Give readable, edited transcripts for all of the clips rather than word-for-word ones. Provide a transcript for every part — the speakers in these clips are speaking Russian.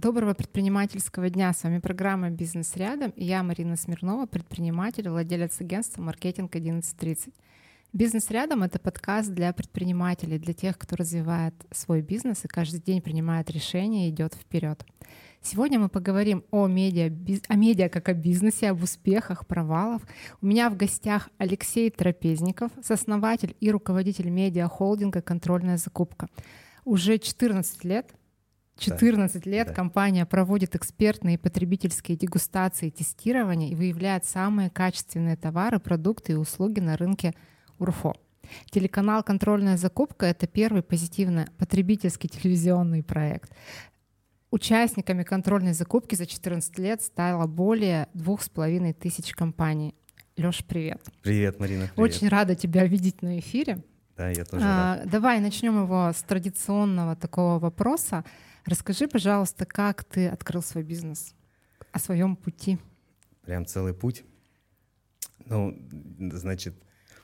Доброго предпринимательского дня. С вами программа «Бизнес рядом» и я, Марина Смирнова, предприниматель, владелец агентства «Маркетинг 1130». «Бизнес рядом» — это подкаст для предпринимателей, для тех, кто развивает свой бизнес и каждый день принимает решения и идет вперед. Сегодня мы поговорим о медиа как о бизнесе, об успехах, провалах. У меня в гостях Алексей Трапезников, сооснователь и руководитель медиа-холдинга «Контрольная закупка». Уже 14 лет компания проводит экспертные и потребительские дегустации и тестирования и выявляет самые качественные товары, продукты и услуги на рынке УРФО. Телеканал «Контрольная закупка» — это первый позитивный потребительский телевизионный проект. Участниками контрольной закупки за 14 лет стало более 2500 компаний. Лёш, привет. Привет, Марина. Привет. Очень рада тебя видеть на эфире. Да, я тоже рад. Давай начнем его с традиционного такого вопроса. Расскажи, пожалуйста, как ты открыл свой бизнес, о своем пути. Прям целый путь. Ну, значит,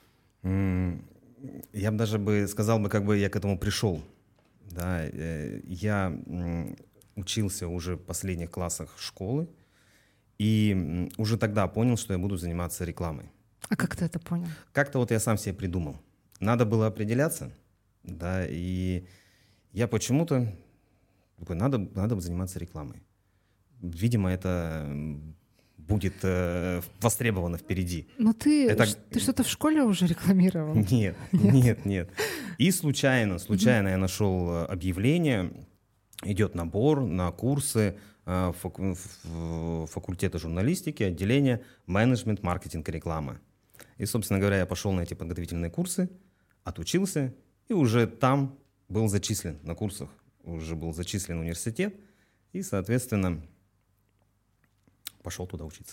я бы даже сказал, как бы я к этому пришел. Да, я учился уже в последних классах школы и уже тогда понял, что я буду заниматься рекламой. А как ты это понял? Как-то вот я сам себе придумал. Надо было определяться, да, и я почему-то такой, надо заниматься рекламой. Видимо, это будет востребовано впереди. Но ты что-то в школе уже рекламировал? Нет. И случайно я нашел объявление, идет набор на курсы факультета журналистики, отделение менеджмент, маркетинг и реклама. И, собственно говоря, я пошел на эти подготовительные курсы, отучился и уже там был зачислен на курсах, уже был зачислен в университет и, соответственно, пошел туда учиться.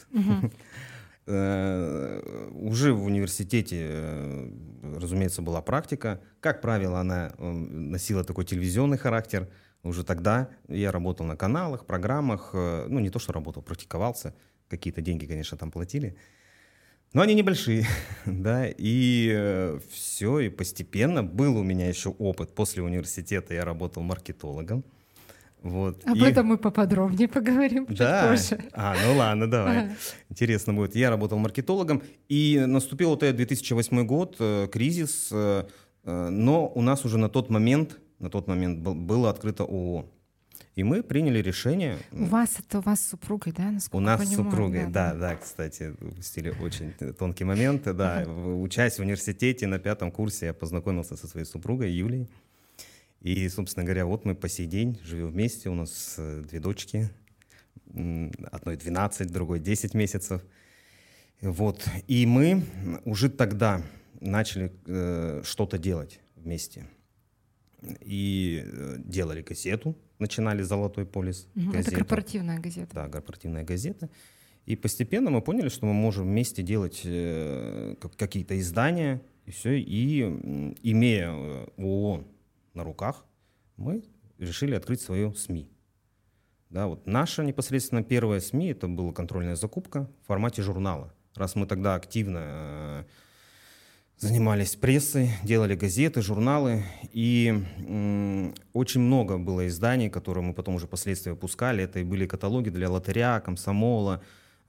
Уже в университете, разумеется, была практика. Как правило, она носила такой телевизионный характер. Уже тогда я работал на каналах, программах. Ну, не то, что работал, практиковался. Какие-то деньги, конечно, там платили. Но они небольшие, да, и все, и постепенно был у меня еще опыт. После университета я работал маркетологом. Вот. Об этом мы поподробнее поговорим чуть позже. Ну ладно, давай. Интересно будет. Я работал маркетологом, и наступил вот этот 2008 год, кризис, но у нас уже на тот момент было открыто ООО. И мы приняли решение. У вас с супругой, да, насколько у нас понимаю? С супругой, да, кстати, упустили очень тонкий момент. Да, учась в университете на 5 курсе, я познакомился со своей супругой Юлией. И, собственно говоря, вот мы по сей день живем вместе. У нас 2 дочки, одной 12, другой 10 месяцев. Вот. И мы уже тогда начали что-то делать вместе. И делали газету, начинали «Золотой полис». Это корпоративная газета. Да, корпоративная газета. И постепенно мы поняли, что мы можем вместе делать какие-то издания. И все. И имея ООО на руках, мы решили открыть свое СМИ. Да, вот наша непосредственно первая СМИ, это была контрольная закупка в формате журнала. Раз мы тогда активно занимались прессой, делали газеты, журналы, и очень много было изданий, которые мы потом уже впоследствии выпускали. Это и были каталоги для «Лотаря», «Комсомола»,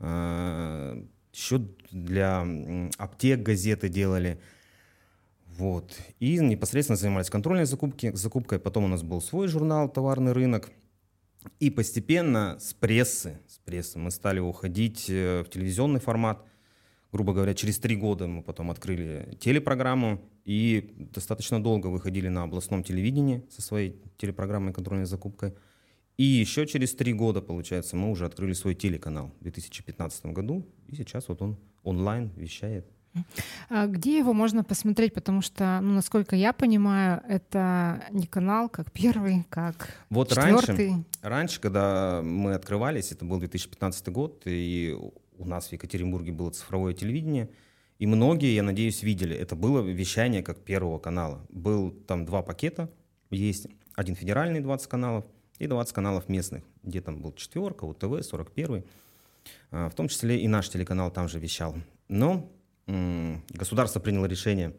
еще для аптек газеты делали. Вот. И непосредственно занимались контрольной закупкой. Потом у нас был свой журнал «Товарный рынок». И постепенно с прессы мы стали уходить в телевизионный формат. Грубо говоря, через 3 года мы потом открыли телепрограмму и достаточно долго выходили на областном телевидении со своей телепрограммой «Контрольной закупкой». И еще через 3 года, получается, мы уже открыли свой телеканал в 2015 году. И сейчас вот он онлайн вещает. А где его можно посмотреть? Потому что, насколько я понимаю, это не канал как первый, как вот четвертый. Раньше, когда мы открывались, это был 2015 год, и у нас в Екатеринбурге было цифровое телевидение, и многие, я надеюсь, видели. Это было вещание как Первого канала. Был там 2 пакета, есть один федеральный, 20 каналов, и 20 каналов местных, где там был 4, УТВ, 41, в том числе и наш телеканал там же вещал. Но государство приняло решение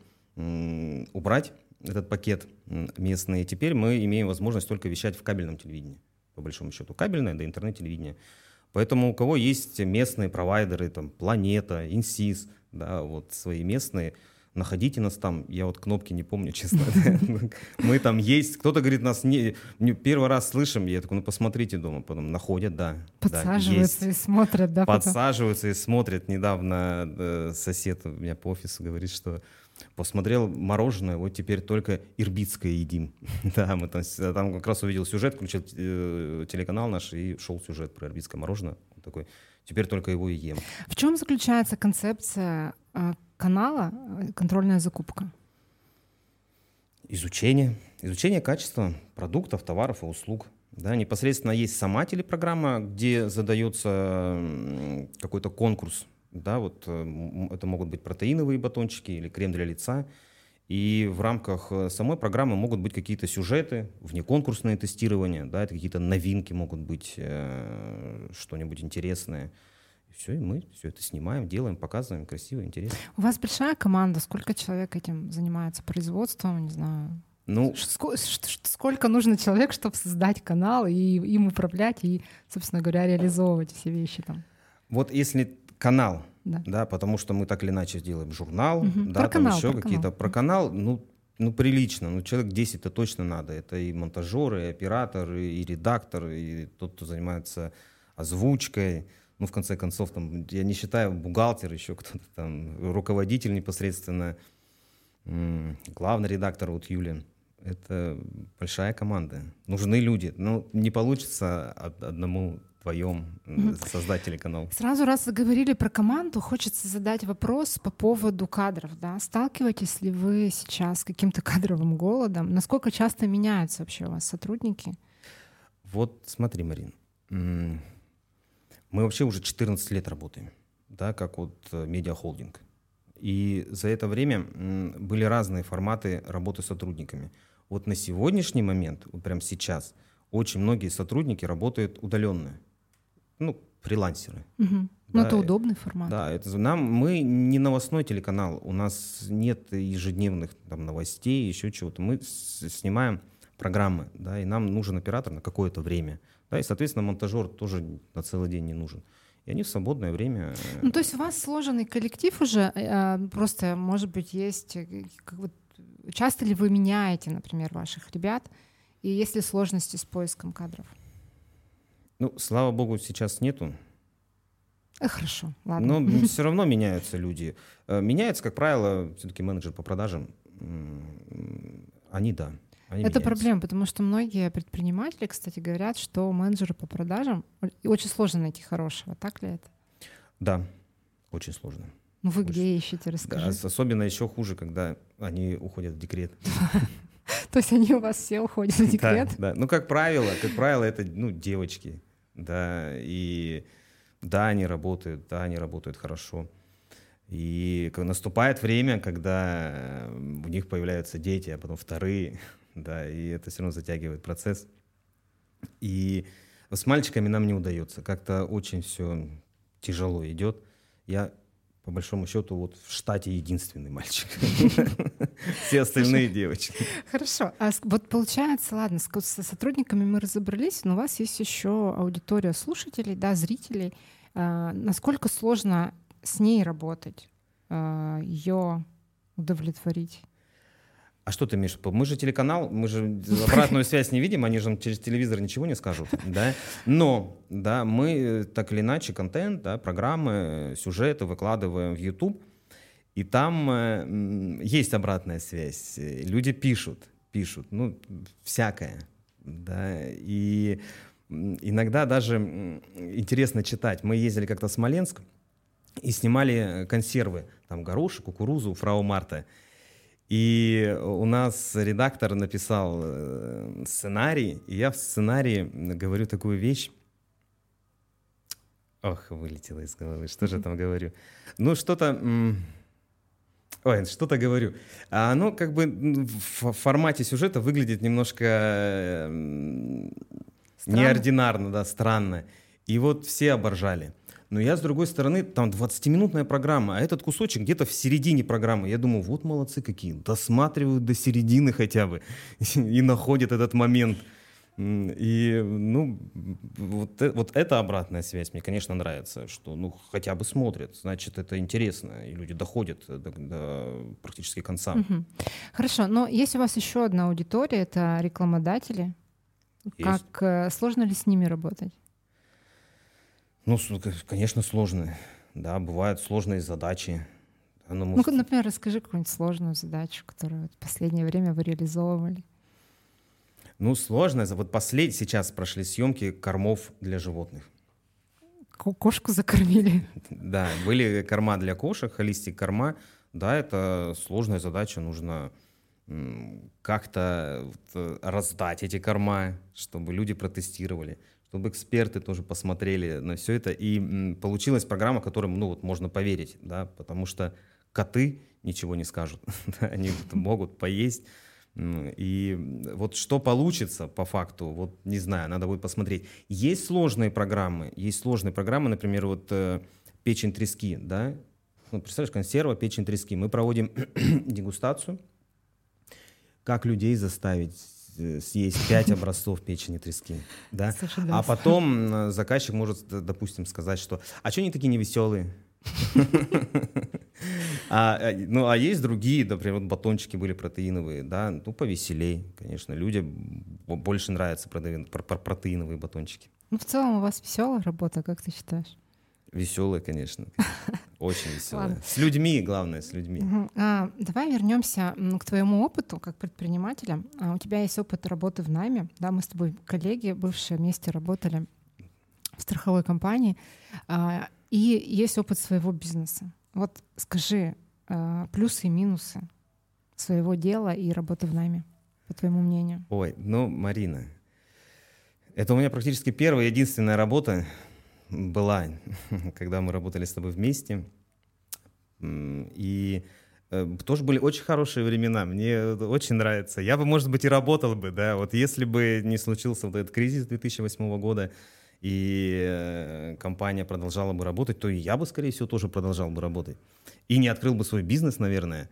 убрать этот пакет местный, и теперь мы имеем возможность только вещать в кабельном телевидении. по большому счету, кабельное, да интернет-телевидение. Поэтому у кого есть местные провайдеры, там, Планета, Инсис, да, вот свои местные, находите нас там. Я вот кнопки не помню, честно. Мы там есть. Кто-то говорит, нас не первый раз слышим. Я такой, ну посмотрите дома. Потом находят, да. Подсаживаются и смотрят, да? Подсаживаются и смотрят. Недавно сосед у меня по офису говорит, что посмотрел мороженое, вот теперь только ирбитское едим. Да, мы там как раз увидел сюжет, включил телеканал наш, и шел сюжет про ирбитское мороженое. Он такой, теперь только его и ем. В чем заключается концепция канала «Контрольная закупка»? Изучение качества продуктов, товаров и услуг. Да, непосредственно есть сама телепрограмма, где задается какой-то конкурс. Да, вот это могут быть протеиновые батончики или крем для лица. И в рамках самой программы могут быть какие-то сюжеты, внеконкурсные тестирования, да, это какие-то новинки могут быть, что-нибудь интересное. Все, и мы все это снимаем, делаем, показываем, красиво, интересно. У вас большая команда, сколько человек этим занимается производством, не знаю? Ну, сколько нужно человек, чтобы создать канал и им управлять и, собственно говоря, реализовывать все вещи там? Вот если канал, да, да, потому что мы так или иначе делаем журнал, да, про там канал, еще какие-то про канал, ну прилично, ну человек 10-то точно надо. Это и монтажеры, и операторы, и редактор, и тот, кто занимается озвучкой. Ну, в конце концов, там, я не считаю бухгалтер, еще кто-то там, руководитель непосредственно, главный редактор, вот Юлия. Это большая команда. Нужны люди. Ну, не получится одному вдвоем создать телеканал. Сразу раз заговорили про команду, хочется задать вопрос по поводу кадров. Да? Сталкиваетесь ли вы сейчас с каким-то кадровым голодом? Насколько часто меняются вообще у вас сотрудники? Вот смотри, Марин. Мы вообще уже 14 лет работаем, да, как вот медиахолдинг. И за это время были разные форматы работы с сотрудниками. Вот на сегодняшний момент, вот прямо сейчас, очень многие сотрудники работают удаленно. Ну, фрилансеры. Угу. Да, ну, это удобный формат. Да, мы не новостной телеканал, у нас нет ежедневных там, новостей, еще чего-то. Мы снимаем программы, да, и нам нужен оператор на какое-то время. Да, и, соответственно, монтажер тоже на целый день не нужен. И они в свободное время... Ну, то есть у вас сложенный коллектив уже, просто, может быть, есть... Часто ли вы меняете, например, ваших ребят? И есть ли сложности с поиском кадров? Ну, слава богу, сейчас нету. Хорошо, ладно. Но все равно меняются люди. Меняется, как правило, все-таки менеджер по продажам. Они, да. Это проблема, потому что многие предприниматели, кстати, говорят, что менеджеры по продажам очень сложно найти хорошего. Так ли это? Да, очень сложно. Ну вы где ищете, расскажите. Да, особенно еще хуже, когда они уходят в декрет. То есть они у вас все уходят в декрет? Да. Ну, как правило, это девочки. Да, и да, они работают хорошо. И наступает время, когда у них появляются дети, а потом вторые, да, и это все равно затягивает процесс. И с мальчиками нам не удается, как-то очень все тяжело идет. Я, по большому счету, вот в штате единственный мальчик. Все остальные девочки. Хорошо. А вот получается, ладно, со сотрудниками мы разобрались, но у вас есть еще аудитория слушателей, да, зрителей. Насколько сложно с ней работать, ее удовлетворить? А что ты имеешь? Мы же телеканал, мы же обратную связь не видим, они же через телевизор ничего не скажут, да? Но, да, мы так или иначе контент, да, программы, сюжеты выкладываем в YouTube, и там есть обратная связь. Люди пишут, ну, всякое, да, и иногда даже интересно читать. Мы ездили как-то в Смоленск и снимали консервы, там горошек, кукурузу, фрау Марта. И у нас редактор написал сценарий, и я в сценарии говорю такую вещь. Ох, вылетело из головы, что же я там говорю? Ну, что-то говорю. А оно как бы в формате сюжета выглядит немножко неординарно, да, странно. И вот все оборжали. Но я, с другой стороны, там 20-минутная программа, а этот кусочек где-то в середине программы. Я думаю, вот молодцы какие, досматривают до середины хотя бы и находят этот момент. И, вот эта обратная связь мне, конечно, нравится, что, хотя бы смотрят, значит, это интересно, и люди доходят до практически конца. Мгм. Хорошо, но есть у вас еще одна аудитория, это рекламодатели. Есть. Как сложно ли с ними работать? Конечно, сложно. Да, бывают сложные задачи. Например, расскажи какую-нибудь сложную задачу, которую в последнее время вы реализовывали. Сложно. Вот сейчас прошли съемки кормов для животных. Кошку закормили. Да, были корма для кошек, холистик корма. Да, это сложная задача. Нужно как-то раздать эти корма, чтобы люди протестировали, чтобы эксперты тоже посмотрели на все это. И получилась программа, которым можно поверить, да, потому что коты ничего не скажут. Они могут поесть. И вот что получится по факту, вот не знаю, надо будет посмотреть. Есть сложные программы, например, печень трески, да, представляешь, консерва, печень трески. Мы проводим дегустацию, как людей заставить съесть 5 образцов печени трески, да? Слушай, да. А потом заказчик может, допустим, сказать, что «А что они такие невеселые?» А есть другие, например, батончики были протеиновые, да, повеселей, конечно, людям больше нравятся протеиновые батончики. В целом у вас веселая работа, как ты считаешь? Веселые, конечно. Очень веселые. С людьми, главное, с людьми. Давай вернемся к твоему опыту как предпринимателя. У тебя есть опыт работы в найме, да, мы с тобой коллеги, бывшие вместе работали в страховой компании, и есть опыт своего бизнеса. Вот скажи плюсы и минусы своего дела и работы в найме, по твоему мнению. Ой, Марина, это у меня практически первая и единственная работа была, когда мы работали с тобой вместе. И тоже были очень хорошие времена. Мне очень нравится. Я бы, может быть, и работал бы, да, вот если бы не случился вот этот кризис 2008 года, и компания продолжала бы работать, то и я бы, скорее всего, тоже продолжал бы работать. И не открыл бы свой бизнес, наверное.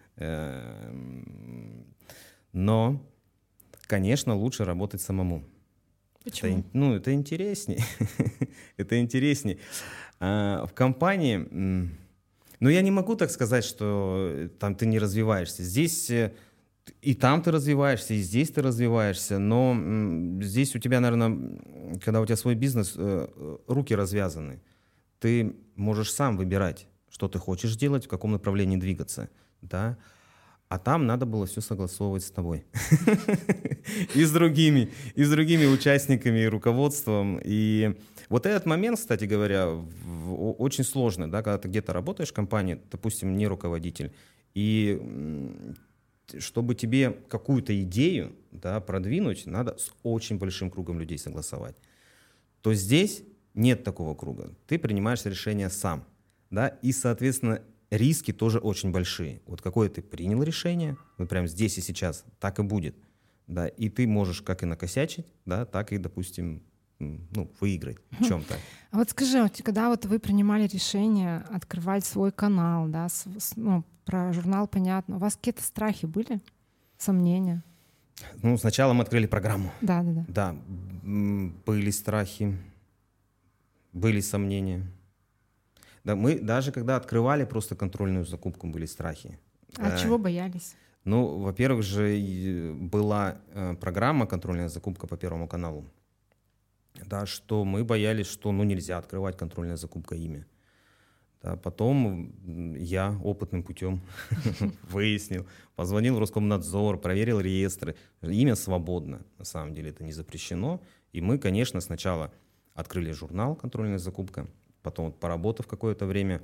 Но, конечно, лучше работать самому. Почему? Это интереснее. Это интереснее. В компании... я не могу так сказать, что там ты не развиваешься. Здесь и там ты развиваешься, и здесь ты развиваешься, но здесь у тебя, наверное, когда у тебя свой бизнес, руки развязаны. Ты можешь сам выбирать, что ты хочешь делать, в каком направлении двигаться, да. А там надо было все согласовывать с тобой. И с другими участниками, и руководством. И вот этот момент, кстати говоря, очень сложный, да, когда ты где-то работаешь в компании, допустим, не руководитель, и чтобы тебе какую-то идею, да, продвинуть, надо с очень большим кругом людей согласовать. То здесь нет такого круга. Ты принимаешь решение сам, да, и, соответственно, риски тоже очень большие. Вот какое ты принял решение, вот прямо здесь и сейчас, так и будет, да, и ты можешь как и накосячить, да, так и, допустим, выиграть в чем-то. А вот скажи, когда вы принимали решение открывать свой канал, да, про журнал понятно, у вас какие-то страхи были, сомнения? Сначала мы открыли программу. Да. Да, были страхи, были сомнения. Да, мы даже когда открывали просто контрольную закупку, были страхи. А чего боялись? Во-первых же была программа «Контрольная закупка» по Первому каналу. Да, что мы боялись, что нельзя открывать контрольная закупка имя. Да, потом я опытным путем выяснил, позвонил в Роскомнадзор, проверил реестры. Имя свободно, на самом деле это не запрещено. И мы, конечно, сначала открыли журнал «Контрольная закупка», потом, поработав какое-то время,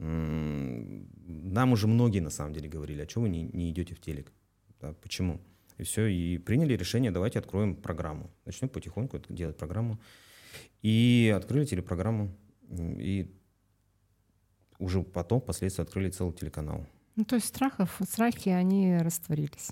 нам уже многие на самом деле говорили, а что вы не идете в телек? Да, почему? И все, и приняли решение, давайте откроем программу. Начнем потихоньку делать программу. И открыли телепрограмму. И уже потом, впоследствии, открыли целый телеканал. То есть страхи, они растворились.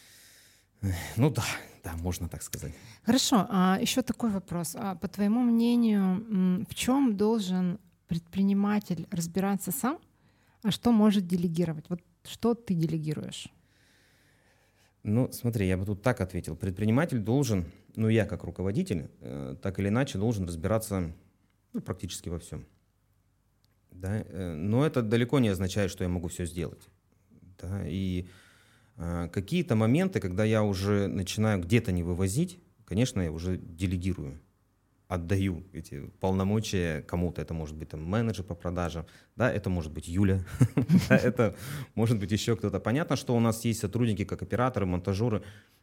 Да, можно так сказать. Хорошо, а еще такой вопрос. По твоему мнению, в чем должен предприниматель разбираться сам, а что может делегировать? Вот что ты делегируешь? Ну, смотри, я бы тут так ответил. Предприниматель должен, ну, я как руководитель, так или иначе должен разбираться, ну, практически во всем. Да? Но это далеко не означает, что я могу все сделать. Да? И какие-то моменты, когда я уже начинаю где-то не вывозить, конечно, я уже делегирую, отдаю эти полномочия кому-то. Это может быть там менеджер по продажам, да, это может быть Юля, это может быть еще кто-то. Понятно, что у нас есть сотрудники, как операторы, монтажеры,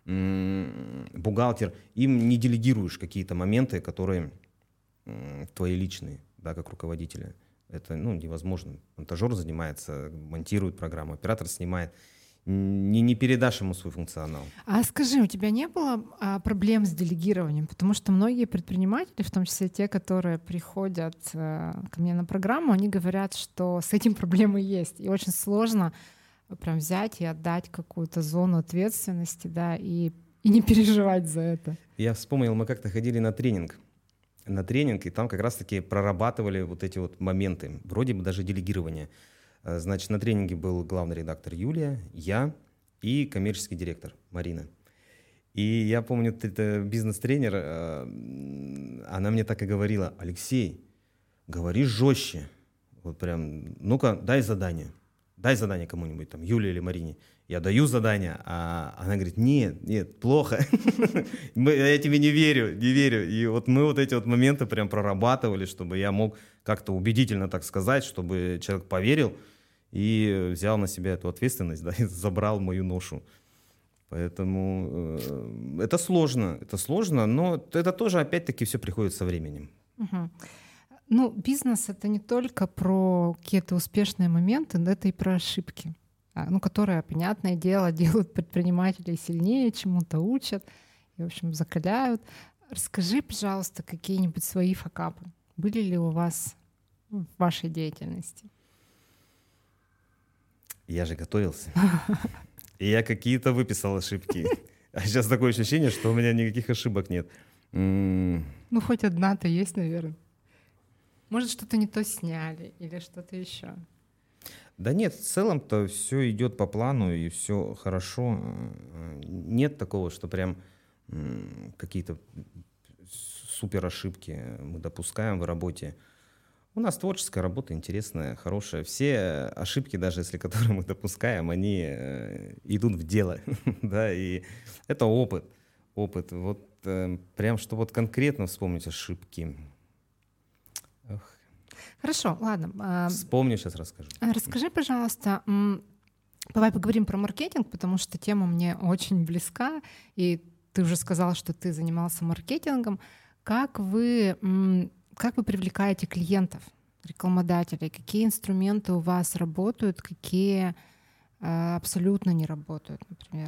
бухгалтер. Им не делегируешь какие-то моменты, которые твои личные, да, как руководителя. Это, ну, невозможно. Монтажер занимается, монтирует программу, оператор снимает. Не передашь ему свой функционал. А скажи, у тебя не было проблем с делегированием? Потому что многие предприниматели, в том числе те, которые приходят ко мне на программу, они говорят, что с этим проблемы есть. И очень сложно прям взять и отдать какую-то зону ответственности, да, и не переживать за это. Я вспомнил, мы как-то ходили на тренинг, и там как раз-таки прорабатывали вот эти вот моменты, вроде бы даже делегирование. Значит, на тренинге был главный редактор Юлия, я и коммерческий директор Марина. И я помню, это бизнес-тренер, она мне так и говорила: Алексей, говори жестче. Вот прям, ну-ка, дай задание кому-нибудь, там, Юле или Марине. Я даю задание, а она говорит: нет, плохо. Я тебе не верю. И вот мы вот эти вот моменты прям прорабатывали, чтобы я мог как-то убедительно так сказать, чтобы человек поверил и взял на себя эту ответственность, да, и забрал мою ношу. Поэтому это сложно, но это тоже опять-таки все приходит со временем. Угу. Ну, бизнес — это не только про какие-то успешные моменты, но это и про ошибки, ну, которые, понятное дело, делают предпринимателей сильнее, чему-то учат и, в общем, закаляют. Расскажи, пожалуйста, какие-нибудь свои факапы. Были ли у вас в вашей деятельности? Я же готовился. И я какие-то выписал ошибки. А сейчас такое ощущение, что у меня никаких ошибок нет. Ну, хоть одна-то есть, наверное. Может, что-то не то сняли или что-то еще? Да нет, в целом-то все идет по плану и все хорошо. Нет такого, что прям какие-то супер ошибки мы допускаем в работе. У нас творческая работа интересная, хорошая. Все ошибки, даже если которые мы допускаем, они идут в дело, да, и это опыт. Вот прям, что вот конкретно вспомнить ошибки. Хорошо, ладно. Вспомню, сейчас расскажу. Расскажи, пожалуйста, давай поговорим про маркетинг, потому что тема мне очень близка, и ты уже сказала, что ты занимался маркетингом. Как вы привлекаете клиентов, рекламодателей? Какие инструменты у вас работают, какие абсолютно не работают, например?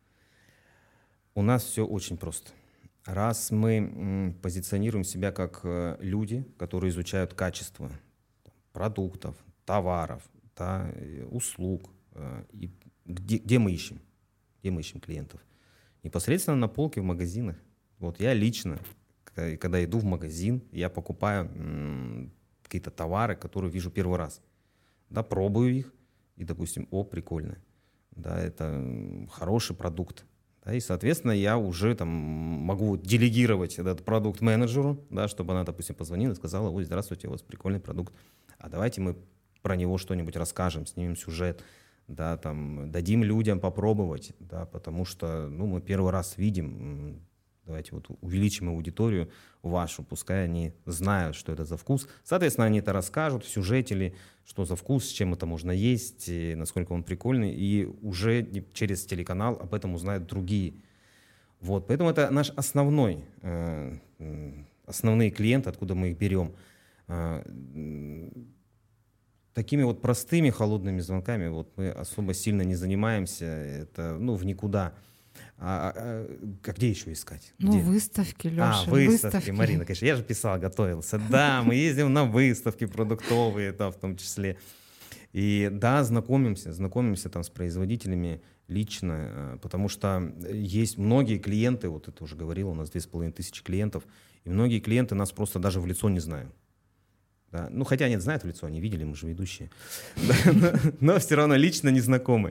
У нас все очень просто. Раз мы позиционируем себя как люди, которые изучают качество продуктов, товаров, да, услуг, и где мы ищем? Где мы ищем клиентов? Непосредственно на полке в магазинах. Вот я лично, когда иду в магазин, я покупаю какие-то товары, которые вижу первый раз. Да, пробую их и, допустим, прикольно. Да, это хороший продукт. Да, и, соответственно, я уже там могу делегировать этот продукт менеджеру, да, чтобы она, допустим, позвонила и сказала: ой, здравствуйте, у вас прикольный продукт, а давайте мы про него что-нибудь расскажем, снимем сюжет, да, там, дадим людям попробовать, да, потому что, ну, мы первый раз видим, давайте вот увеличим аудиторию вашу, пускай они знают, что это за вкус. Соответственно, они это расскажут в сюжете, или что за вкус, с чем это можно есть, и насколько он прикольный, и уже через телеканал об этом узнают другие. Вот, поэтому это наш основные клиенты, откуда мы их берем. Такими вот простыми холодными звонками вот мы особо сильно не занимаемся, это, ну, в никуда. Где еще искать? Ну, где? Выставки, Леша. Выставки, Марина, конечно. Я же писал, готовился. Да, мы ездим на выставки продуктовые, да, в том числе. И да, знакомимся там с производителями лично, потому что есть многие клиенты, вот это уже говорил, у нас 2500 клиентов, и многие клиенты нас просто даже в лицо не знают. Да. Ну, хотя они знают в лицо, они видели, мы же ведущие. Но все равно лично не знакомы.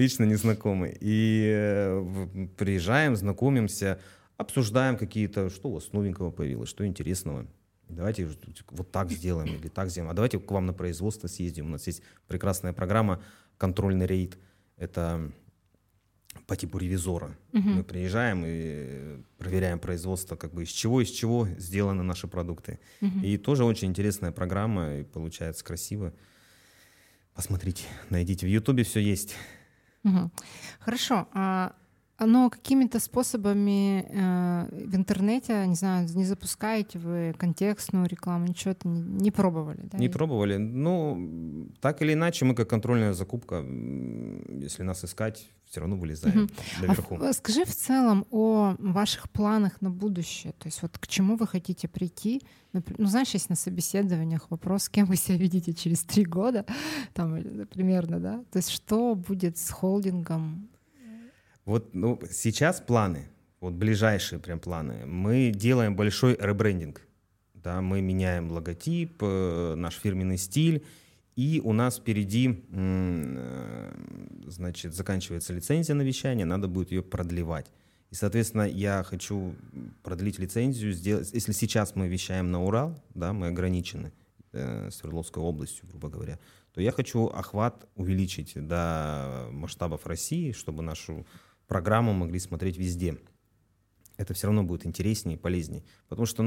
И приезжаем, знакомимся, обсуждаем какие-то, что у вас новенького появилось, что интересного. Давайте вот так сделаем или так сделаем. А давайте к вам на производство съездим. У нас есть прекрасная программа «Контрольный рейд». Это по типу ревизора. Мы приезжаем и проверяем производство, как бы из чего сделаны наши продукты. И тоже очень интересная программа, и получается красиво. Посмотрите, найдите. В Ютубе все есть. Хорошо. Но какими-то способами в интернете, не знаю, не запускаете вы контекстную рекламу, ничего это не пробовали? Да? Не пробовали. Ну, так или иначе, мы как контрольная закупка, если нас искать, все равно вылезаем наверху. Скажи в целом о ваших планах на будущее. То есть вот к чему вы хотите прийти? Ну, знаешь, есть на собеседованиях вопрос, кем вы себя видите через 3 года, там примерно, да? То есть что будет с холдингом? Вот сейчас планы, вот ближайшие прям планы. Мы делаем большой ребрендинг. Да, мы меняем логотип, наш фирменный стиль. И у нас впереди, значит, заканчивается лицензия на вещание, надо будет ее продлевать. И, соответственно, я хочу продлить лицензию, сделать. Если сейчас мы вещаем на Урал, да, мы ограничены Свердловской областью, грубо говоря, то я хочу охват увеличить до масштабов России, чтобы нашу программу могли смотреть везде. Это все равно будет интереснее и полезнее. Потому что,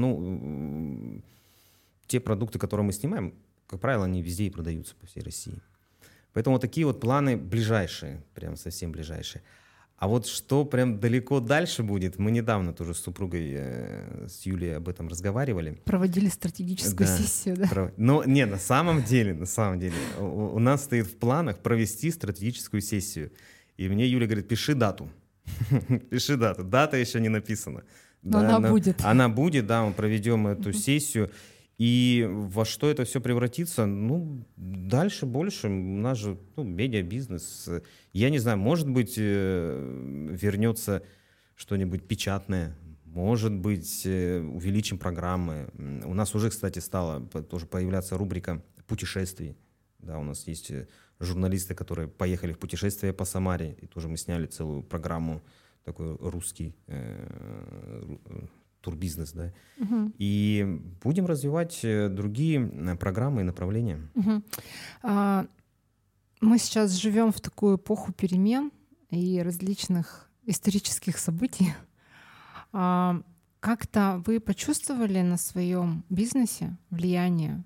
те продукты, которые мы снимаем, как правило, они везде и продаются по всей России. Поэтому вот такие вот планы ближайшие, прям совсем ближайшие. А вот что прям далеко дальше будет, мы недавно тоже с супругой, с Юлией об этом разговаривали. Проводили стратегическую сессию, да? Но не, на самом деле, у нас стоит в планах провести стратегическую сессию. И мне Юля говорит, пиши дату. Пиши дату. Дата еще не написана. Но да, она будет. Она будет, да, мы проведем эту сессию. И во что это все превратится? Ну, дальше больше. У нас же медиабизнес. Я не знаю, может быть, вернется что-нибудь печатное. Может быть, увеличим программы. У нас уже, кстати, стала тоже появляться рубрика путешествий. Да, у нас есть журналисты, которые поехали в путешествие по Самаре, и тоже мы сняли целую программу, такой русский турбизнес, да. И будем развивать другие программы и направления. Мы сейчас живем в такую эпоху перемен и различных исторических событий. Как-то вы почувствовали на своем бизнесе влияние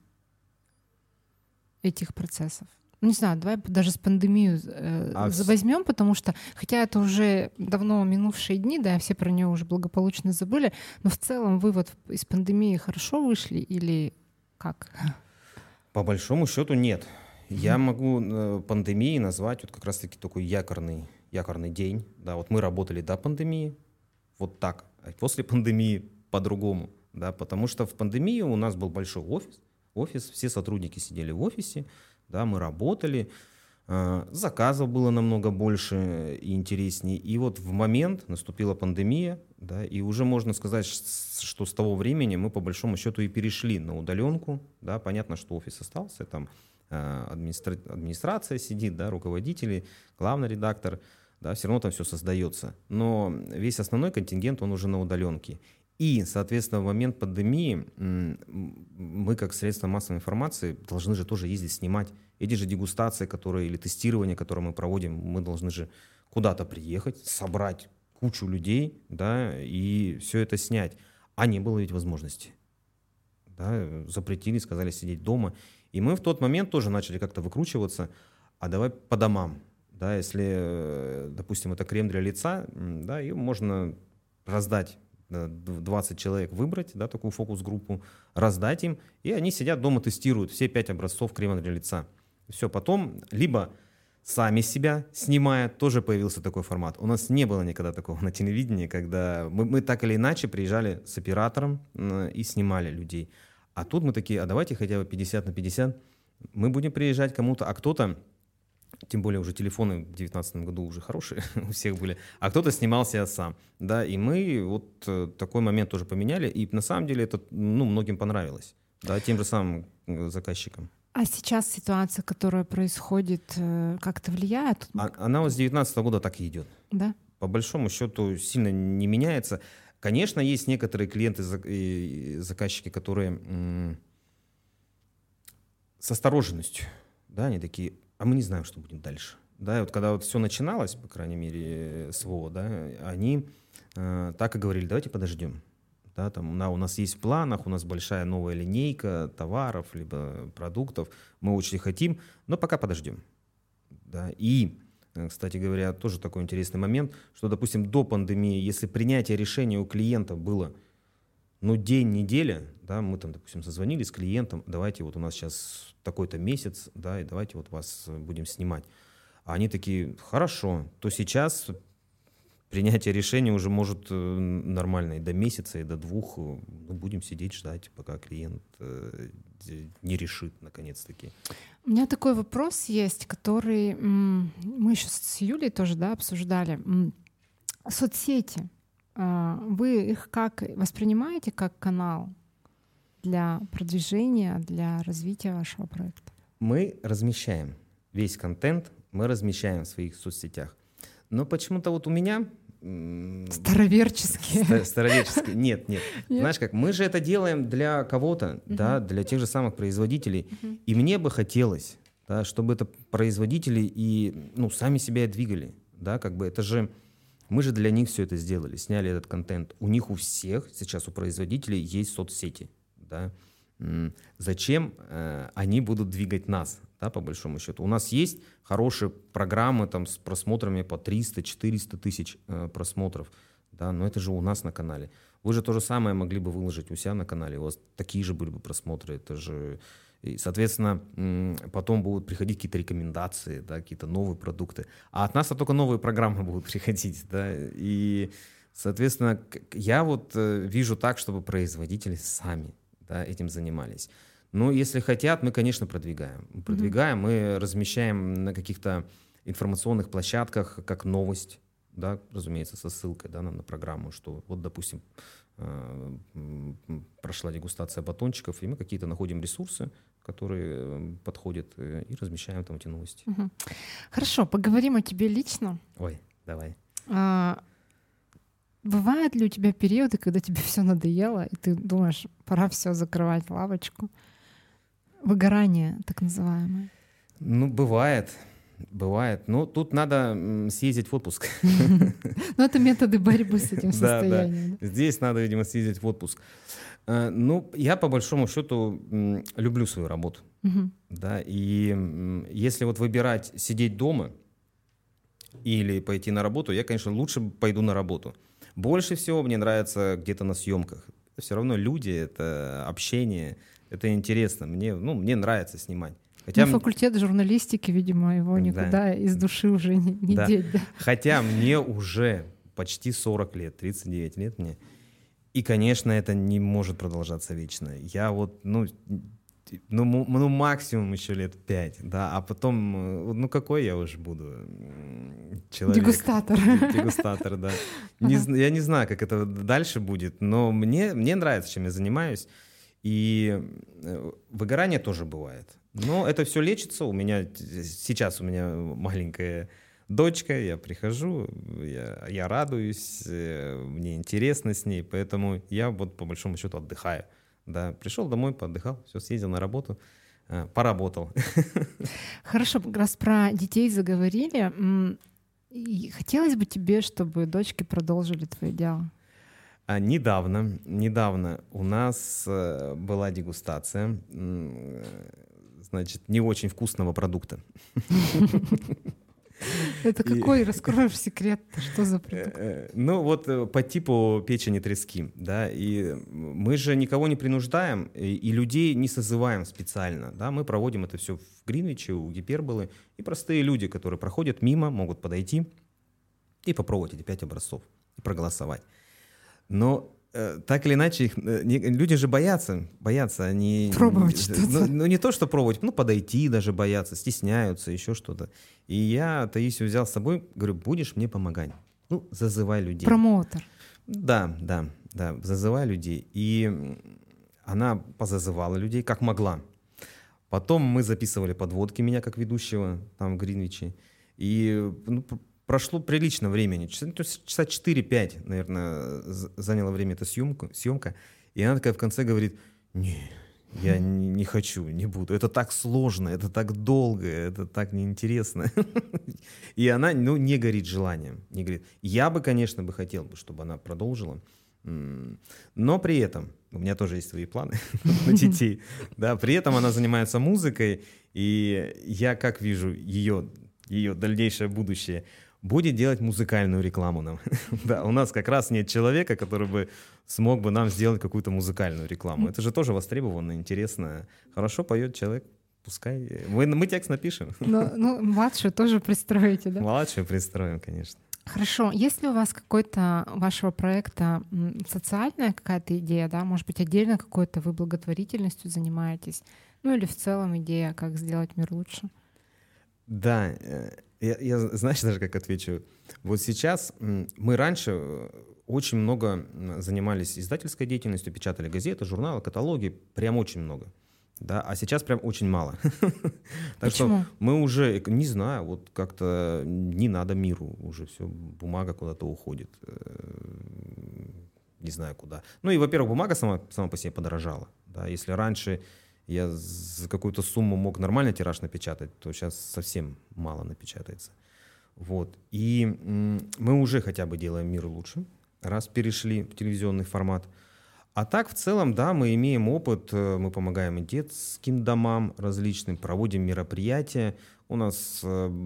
этих процессов? Не знаю, давай даже с пандемией возьмем, потому что, хотя это уже давно минувшие дни, да, все про нее уже благополучно забыли, но в целом вы вот из пандемии хорошо вышли или как? По большому счету нет. Я могу пандемией назвать вот как раз-таки такой якорный день. Да, вот мы работали до пандемии вот так, а после пандемии по-другому, да, потому что в пандемии у нас был большой офис, все сотрудники сидели в офисе, да, мы работали, заказов было намного больше и интереснее. И вот в момент наступила пандемия, да, и уже можно сказать, что с того времени мы по большому счету и перешли на удаленку. Да, понятно, что офис остался, там администрация сидит, да, руководители, главный редактор, да, все равно там все создается. Но весь основной контингент, он уже на удаленке. И, соответственно, в момент пандемии мы, как средство массовой информации, должны же тоже ездить снимать. Эти же дегустации, или тестирования, которые мы проводим, мы должны же куда-то приехать, собрать кучу людей, да, и все это снять. А не было ведь возможности. Да, запретили, сказали сидеть дома. И мы в тот момент тоже начали как-то выкручиваться, а давай по домам. Да, если, допустим, это крем для лица, да, ее можно раздать. 20 человек выбрать, да, такую фокус-группу, раздать им, и они сидят дома, тестируют все 5 образцов крема для лица. Все, потом либо сами себя снимают, тоже появился такой формат. У нас не было никогда такого на телевидении, когда мы так или иначе приезжали с оператором и снимали людей. А тут мы такие, а давайте хотя бы 50/50, мы будем приезжать кому-то, а кто-то, тем более уже телефоны в 2019 году уже хорошие у всех были, а кто-то снимал себя сам. Да, и мы вот такой момент тоже поменяли, и на самом деле это многим понравилось. да, тем же самым заказчикам. А сейчас ситуация, которая происходит, как-то влияет? Она вот с 2019 года так и идет. Да. По большому счету сильно не меняется. Конечно, есть некоторые клиенты и заказчики, которые с осторожностью, да, они такие, а мы не знаем, что будет дальше. Да, и вот когда вот все начиналось, по крайней мере, с ВО, да, они так и говорили, давайте подождем. Да, там, у нас есть в планах, у нас большая новая линейка товаров, либо продуктов, мы очень хотим, но пока подождем. Да. И, кстати говоря, тоже такой интересный момент, что, допустим, до пандемии, если принятие решения у клиента было, день, неделя, да, мы там, допустим, созвонились с клиентом, давайте вот у нас сейчас такой-то месяц, да, и давайте вот вас будем снимать. А они такие, хорошо, то сейчас принятие решения уже может нормально и до месяца, и до 2, будем сидеть, ждать, пока клиент не решит, наконец-таки. У меня такой вопрос есть, который мы еще с Юлей тоже, да, обсуждали. Соцсети. Вы их как воспринимаете как канал для продвижения, для развития вашего проекта? Мы размещаем весь контент, мы размещаем в своих соцсетях. Но почему-то вот у меня... Староверческие. Староверческие. Нет. Знаешь как, мы же это делаем для кого-то, да, для тех же самых производителей. И мне бы хотелось, да, чтобы это производители и сами себя и двигали. Да, как бы это же... Мы же для них все это сделали, сняли этот контент. У них у всех сейчас, у производителей, есть соцсети. Да? Зачем они будут двигать нас, да, по большому счету? У нас есть хорошие программы там, с просмотрами по 300-400 тысяч просмотров, да? Но это же у нас на канале. Вы же то же самое могли бы выложить у себя на канале, у вас такие же были бы просмотры. Это же... И, соответственно, потом будут приходить какие-то рекомендации, да, какие-то новые продукты. А от нас только новые программы будут приходить. Да? И, соответственно, я вот вижу так, чтобы производители сами, да, этим занимались. Но если хотят, мы, конечно, продвигаем. Мы размещаем на каких-то информационных площадках как новость, да, разумеется, со ссылкой, да, на программу, что вот, допустим, прошла дегустация батончиков, и мы какие-то находим ресурсы, которые подходят, и размещаем там эти новости. Хорошо, поговорим о тебе лично. Ой, давай. Бывают ли у тебя периоды, когда тебе все надоело, и ты думаешь, пора все закрывать лавочку? Выгорание, так называемое. Бывает. Но тут надо съездить в отпуск. Ну, это методы борьбы с этим состоянием. Да. Здесь надо, видимо, съездить в отпуск. Я, по большому счету, люблю свою работу. Да, и если вот выбирать сидеть дома или пойти на работу, я, конечно, лучше пойду на работу. Больше всего мне нравится где-то на съемках. Все равно люди, это общение, это интересно. Мне нравится снимать. Хотя факультет журналистики, видимо, его никуда из души уже не деть. Да? Хотя мне уже почти 40 лет, 39 лет мне. И, конечно, это не может продолжаться вечно. Я вот, максимум еще лет 5, да, а потом, какой я уже буду человек? Дегустатор, да. Я не знаю, как это дальше будет, но мне нравится, чем я занимаюсь. И выгорание тоже бывает. Но это все лечится. Сейчас у меня маленькая дочка, я прихожу, я радуюсь, мне интересно с ней, поэтому я вот по большому счету отдыхаю. Да, пришел домой, поотдыхал, все, съездил на работу, поработал. Хорошо, как раз про детей заговорили. И хотелось бы тебе, чтобы дочки продолжили твое дело? Недавно у нас была дегустация, значит, не очень вкусного продукта. Это какой? Раскроешь секрет? Что за продукт? По типу печени трески, да, и мы же никого не принуждаем и людей не созываем специально, да, мы проводим это все в Гринвиче, у Гиперболы, и простые люди, которые проходят мимо, могут подойти и попробовать эти 5 образцов и проголосовать. Но так или иначе, люди же боятся они... Пробовать что-то. Не то, что пробовать, подойти даже боятся, стесняются, еще что-то. И я Таисию взял с собой, говорю, будешь мне помогать. Зазывай людей. Промоутер. Да, зазывай людей. И она позазывала людей, как могла. Потом мы записывали подводки меня как ведущего там в Гринвиче. И прошло прилично времени. Часа 4-5, наверное, заняла время эта съемка. И она такая в конце говорит: не, я не хочу, не буду. Это так сложно, это так долго, это так неинтересно. И она не горит желанием. Не горит. Я бы, конечно, хотел, чтобы она продолжила. Но при этом у меня тоже есть свои планы на детей. Да, при этом она занимается музыкой, и я как вижу ее дальнейшее будущее. Будет делать музыкальную рекламу нам. Да, у нас как раз нет человека, который бы смог бы нам сделать какую-то музыкальную рекламу. Это же тоже востребовано, интересно. Хорошо поет человек, пускай. Мы текст напишем. Ну, младшую тоже пристроите, да? Младшую пристроим, конечно. Хорошо. Есть ли у вас какой-то вашего проекта социальная какая-то идея, да? Может быть, отдельно какой-то вы благотворительностью занимаетесь? Ну или в целом идея, как сделать мир лучше? Да, я знаешь, даже как отвечу. Вот сейчас мы раньше очень много занимались издательской деятельностью, печатали газеты, журналы, каталоги, прям очень много. Да, а сейчас прям очень мало. Так что мы уже, не знаю, вот как-то не надо миру, уже все, бумага куда-то уходит. Не знаю куда. Ну и, во-первых, бумага сама по себе подорожала. Да, если раньше я за какую-то сумму мог нормально тираж напечатать, то сейчас совсем мало напечатается. Вот. И мы уже хотя бы делаем мир лучше, раз перешли в телевизионный формат. А так, в целом, да, мы имеем опыт, мы помогаем и детским домам различным, проводим мероприятия. У нас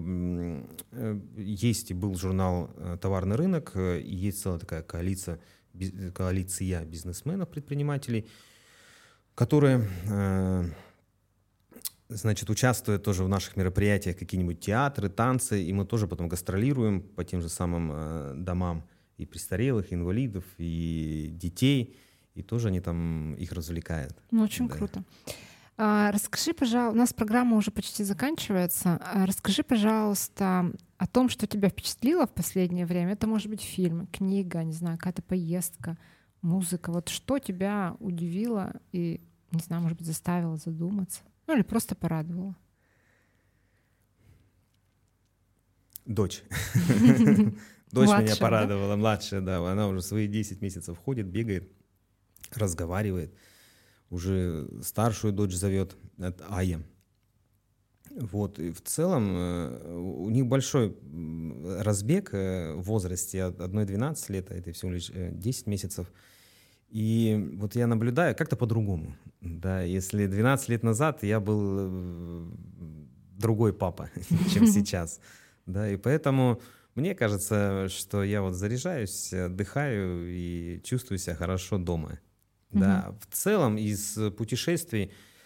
есть и был журнал «Товарный рынок», и есть целая такая коалиция бизнесменов, предпринимателей, которые, значит, участвуют тоже в наших мероприятиях, какие-нибудь театры, танцы, и мы тоже потом гастролируем по тем же самым домам и престарелых, и инвалидов, и детей, и тоже они там их развлекают. Ну, очень круто. Расскажи, пожалуйста, у нас программа уже почти заканчивается. Расскажи, пожалуйста, о том, что тебя впечатлило в последнее время. Это может быть фильм, книга, не знаю, какая-то поездка, музыка. Вот что тебя удивило и, не знаю, может быть, заставило задуматься? Ну или просто порадовало? Дочь. Дочь меня порадовала, младшая, да. Она уже свои 10 месяцев ходит, бегает, разговаривает. Уже старшую дочь зовет, это Ая. Вот, и в целом у них большой разбег в возрасте от 1-12 лет, а это всего лишь 10 месяцев. И вот я наблюдаю как-то по-другому. Да, если 12 лет назад я был другой папа, чем сейчас. Да, и поэтому мне кажется, что я вот заряжаюсь, отдыхаю и чувствую себя хорошо дома. Да, в целом из путешествий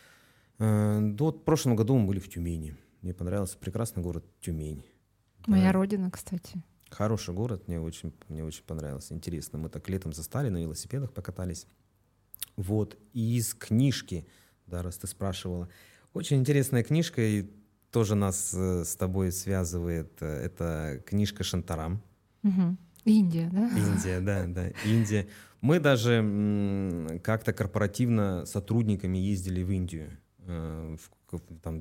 в прошлом году мы были в Тюмени. Мне понравился прекрасный город Тюмень. Моя родина, кстати. Хороший город, мне очень понравился. Интересно, мы так летом застали, на велосипедах покатались. Вот, и из книжки, да, раз ты спрашивала. Очень интересная книжка, и тоже нас с тобой связывает. Это книжка «Шантарам». Угу. Индия, да? Индия, да, Индия. Мы даже как-то корпоративно с сотрудниками ездили в Индию в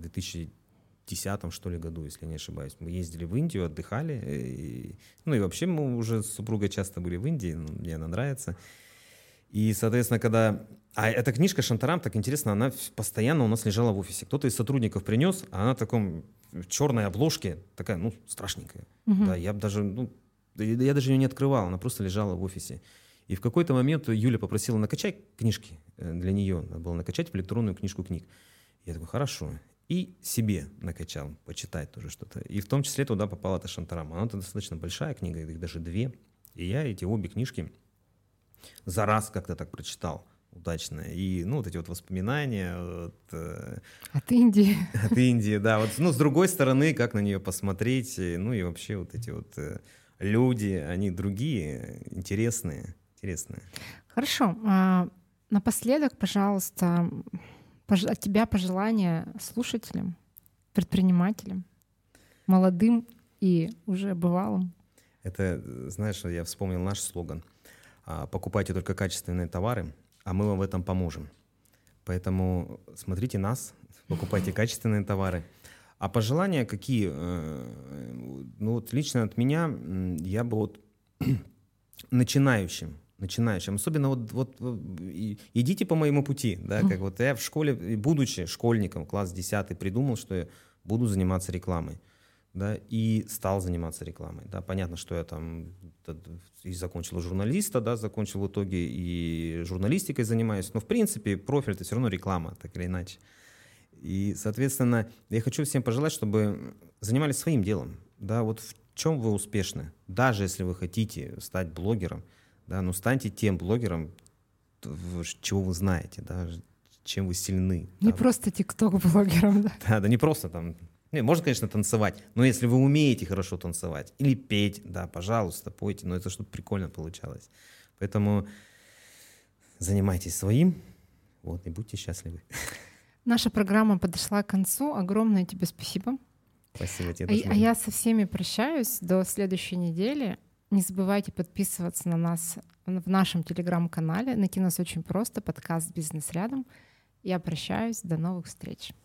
2010 что ли году, если не ошибаюсь. Мы ездили в Индию, отдыхали. И вообще мы уже с супругой часто были в Индии, мне она нравится. И, соответственно, когда... А эта книжка «Шантарам», так интересно, она постоянно у нас лежала в офисе. Кто-то из сотрудников принес, а она в таком в черной обложке, такая, страшненькая. Угу. Да, я даже ее не открывал, она просто лежала в офисе. И в какой-то момент Юля попросила накачать книжки для нее. Надо было накачать в электронную книжку книг. Я такой, хорошо. И себе накачал, почитать тоже что-то. И в том числе туда попала эта «Шантарам». Она достаточно большая книга, их даже 2. И я эти обе книжки за раз как-то так прочитал удачно. И, вот эти вот воспоминания от Индии. От Индии, да. Вот, с другой стороны, как на нее посмотреть. И вообще вот эти вот люди, они другие, интересные. Хорошо. Напоследок, пожалуйста, от тебя пожелания слушателям, предпринимателям, молодым и уже бывалым. Это, знаешь, я вспомнил наш слоган. Покупайте только качественные товары, а мы вам в этом поможем. Поэтому смотрите нас, покупайте качественные товары. А пожелания какие? Ну вот лично от меня я бы вот начинающим, особенно вот идите по моему пути, да, как вот я в школе, будучи школьником, класс 10, придумал, что я буду заниматься рекламой, да, и стал заниматься рекламой, да, понятно, что я там и закончил журналиста, да, закончил в итоге и журналистикой занимаюсь, но в принципе профиль это все равно реклама, так или иначе. И, соответственно, я хочу всем пожелать, чтобы занимались своим делом, да, вот в чем вы успешны, даже если вы хотите стать блогером, да, ну станьте тем блогером, чего вы знаете, да, чем вы сильны. Не да. просто тикток-блогером, да? Да, не просто там, можно, конечно, танцевать, но если вы умеете хорошо танцевать или петь, да, пожалуйста, пойте, но это чтобы прикольно получалось. Поэтому занимайтесь своим, вот, и будьте счастливы. Наша программа подошла к концу. Огромное тебе спасибо. Спасибо тебе. А я со всеми прощаюсь до следующей недели. Не забывайте подписываться на нас в нашем телеграм-канале. Найти нас очень просто. Подкаст «Бизнес рядом». Я прощаюсь. До новых встреч.